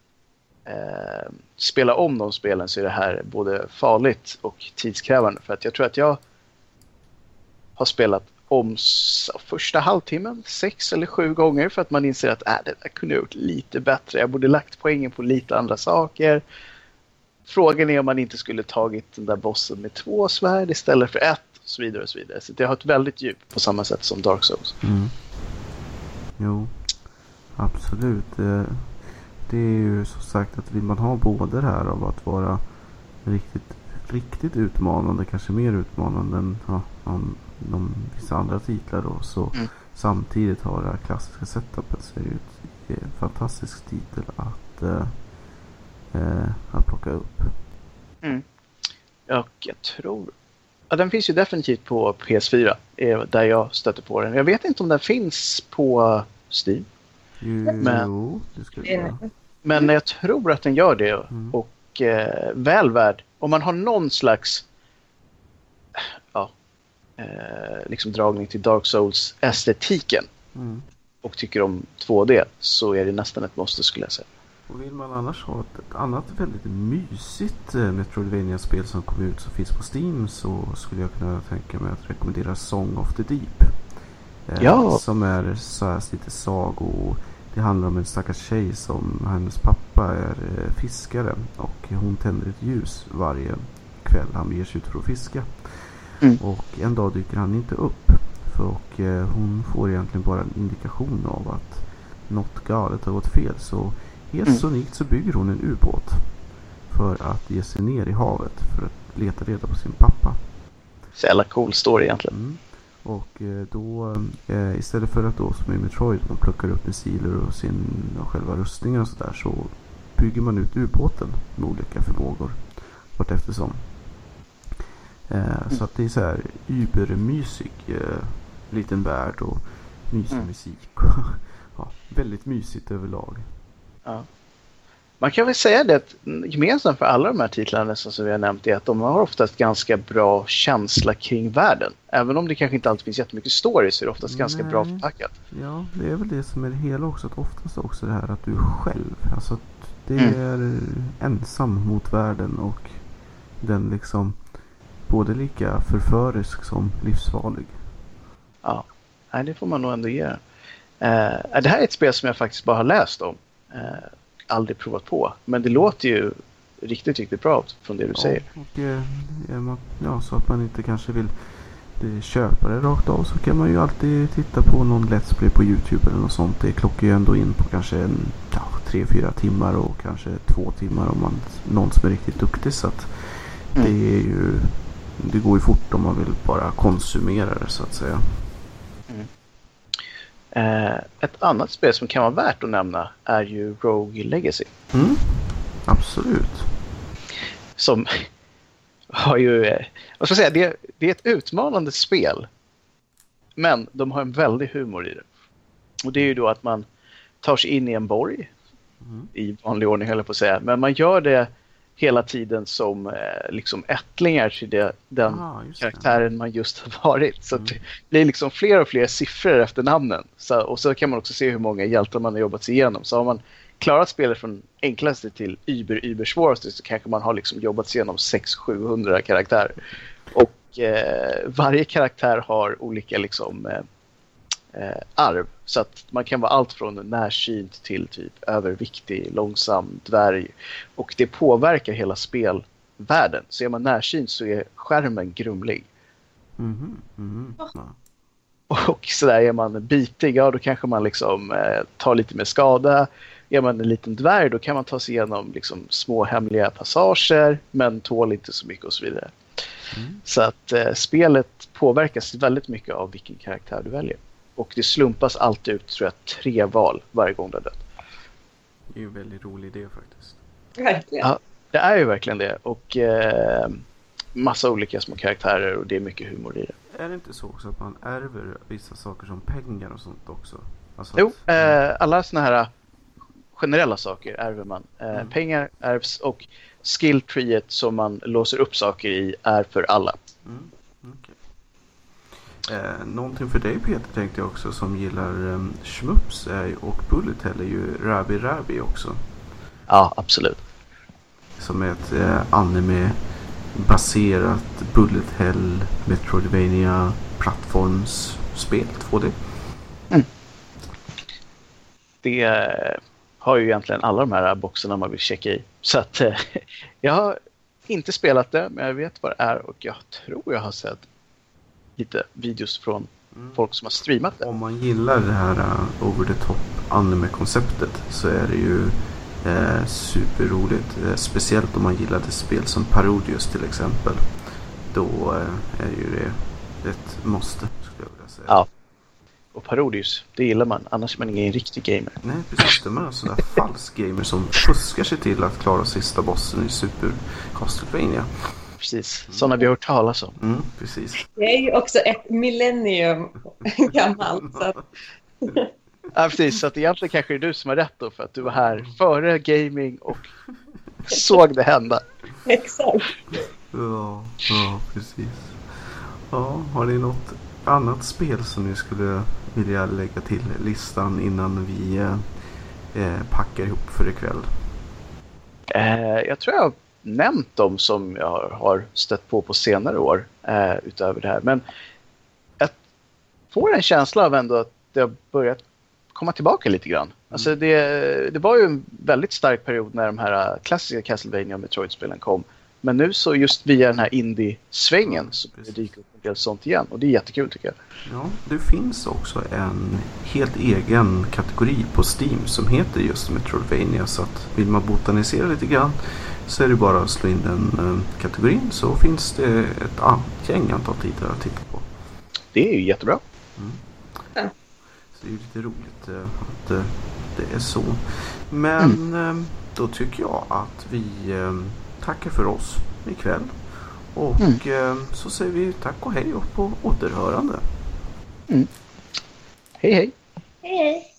spela om de spelen, så är det här både farligt och tidskrävande. För att jag tror att jag har spelat om första halvtimmen 6 eller 7 gånger för att man inser att det där kunde jag gjort lite bättre. Jag borde lagt poängen på lite andra saker. Frågan är om man inte skulle tagit den där bossen med 2 svärd istället för 1 och så vidare och så vidare. Så det har ett väldigt djup på samma sätt som Dark Souls. Jo, absolut. Det är ju så sagt att vill man ha både det här av att vara riktigt utmanande, kanske mer utmanande än vissa andra titlar då, så samtidigt har det här klassiska setupet, så är det ju en fantastisk titel att plocka upp. Och jag tror den finns ju definitivt på PS4 där jag stöter på den. Jag vet inte om den finns på Steam. Men jag tror att den gör det och väl värd. Om man har någon slags liksom dragning till Dark Souls estetiken och tycker om 2D, så är det nästan ett måste, skulle jag säga. Och vill man annars ha ett annat väldigt mysigt Metroidvania-spel som kom ut som finns på Steam, så skulle jag kunna tänka mig att rekommendera Song of the Deep. Som är så här lite sago. Det handlar om en stackars tjej som, hennes pappa är fiskare och hon tänder ett ljus varje kväll han ger sig ut för att fiska. Och en dag dyker han inte upp och hon får egentligen bara en indikation av att något galet har gått fel. Så helt sonikt så bygger hon en ubåt för att ge sig ner i havet för att leta reda på sin pappa. Så jävla cool story egentligen. Och då istället för att då som i Metroid man plockar upp missiler och själva rustningen och sådär, så bygger man ut ubåten med olika förmågor vart eftersom. Så att det är så här übermysig liten värld och mysig musik. Ja, väldigt mysigt överlag. Ja. Man kan väl säga det att gemensamt för alla de här titlarna som vi har nämnt är att de har oftast ganska bra känsla kring världen. Även om det kanske inte alltid finns jättemycket story så är det oftast ganska bra förpackat. Ja, det är väl det som är det hela också. Att oftast också det här att du är själv. Alltså att det är ensam mot världen och den liksom både lika förförisk som livsfarlig. Ja, nej, det får man nog ändå ge. Det här är ett spel som jag faktiskt bara har läst om. Aldrig provat på. Men det låter ju riktigt, riktigt bra från det du säger. Och, så att man inte kanske vill köpa det rakt av, så kan man ju alltid titta på någon Let's Play på YouTube eller något sånt. Det klockar ju ändå in på kanske 3-4 timmar och kanske 2 timmar om man någon som är riktigt duktig. Så att det går ju fort om man vill bara konsumera det så att säga. Ett annat spel som kan vara värt att nämna är ju Rogue Legacy. Absolut. Som har ju, vad ska jag säga, det är ett utmanande spel. Men de har en väldig humor i det. Och det är ju då att man tar sig in i en borg. I vanlig ordning höll jag på att säga. Men man gör det hela tiden som liksom ättlingar till den karaktären man just har varit. Så det blir liksom fler och fler siffror efter namnen. Och så kan man också se hur många hjältar man har jobbat sig igenom. Så har man klarat spelet från enklaste till über svåraste, så kanske man har liksom jobbat sig igenom 600-700 karaktärer. Och varje karaktär har olika liksom arv. Så att man kan vara allt från närsynt till typ överviktig, långsam dvärg. Och det påverkar hela spelvärlden. Så är man närsynt så är skärmen grumlig. Och sådär är man bitig, ja då kanske man liksom tar lite mer skada. Är man en liten dvärg då kan man ta sig igenom liksom små hemliga passager men tål inte så mycket och så vidare. Så att spelet påverkas väldigt mycket av vilken karaktär du väljer. Och det slumpas alltid ut, tror jag, 3 val varje gång du har dött. Det är ju en väldigt rolig idé faktiskt. Verkligen. Ja, det är ju verkligen det. Och massa olika små karaktärer och det är mycket humor i det. Är det inte så också att man ärver vissa saker som pengar och sånt också? Alltså jo, alla såna här generella saker ärver man. Pengar ärvs och skill treet som man låser upp saker i är för alla. Okay. Någonting för dig Peter tänkte jag också som gillar Shmups och Bullet Hell är ju Rabi också. Ja, absolut. Som är ett anime-baserat Bullet Hell Metroidvania plattformsspel 2D. Det har ju egentligen alla de här boxarna man vill checka i. Så att jag har inte spelat det, men jag vet vad det är och jag tror jag har sett lite videos från folk som har streamat det. Om man gillar det här over the top anime-konceptet så är det ju superroligt. Speciellt om man gillade spel som Parodius till exempel. Då är ju det ett måste, skulle jag vilja säga. Ja. Och Parodius, det gillar man. Annars är man ingen riktig gamer. Nej, precis. Det är en sån där falsk gamer som fuskar sig till att klara sista bossen i Super Castlevania. Precis, sådana vi har hört talas om. Precis. Det är ju också ett millennium gammalt. Så att... Ja, precis. Så att egentligen kanske det är du som har rätt då, för att du var här före gaming och såg det hända. Exakt. Ja, precis. Ja, har ni något annat spel som ni skulle vilja lägga till listan innan vi packar ihop för ikväll? Jag tror jag har nämnt dem som jag har stött på senare år utöver det här. Men jag får en känsla av ändå att det har börjat komma tillbaka lite grann. Alltså det var ju en väldigt stark period när de här klassiska Castlevania och Metroid-spelen kom. Men nu så just via den här indie-svängen så dyker upp en del sånt igen. Och det är jättekul tycker jag. Ja, det finns också en helt egen kategori på Steam som heter just Metroidvania. Så att vill man botanisera lite grann så är det bara att slå in den kategorin. Så finns det ett gäng antal titlar att titta på. Det är ju jättebra. Ja. Så det är ju lite roligt att det är så. Men då tycker jag att vi tackar för oss ikväll. Och så säger vi tack och hej och på återhörande. Hej hej. Hej hej.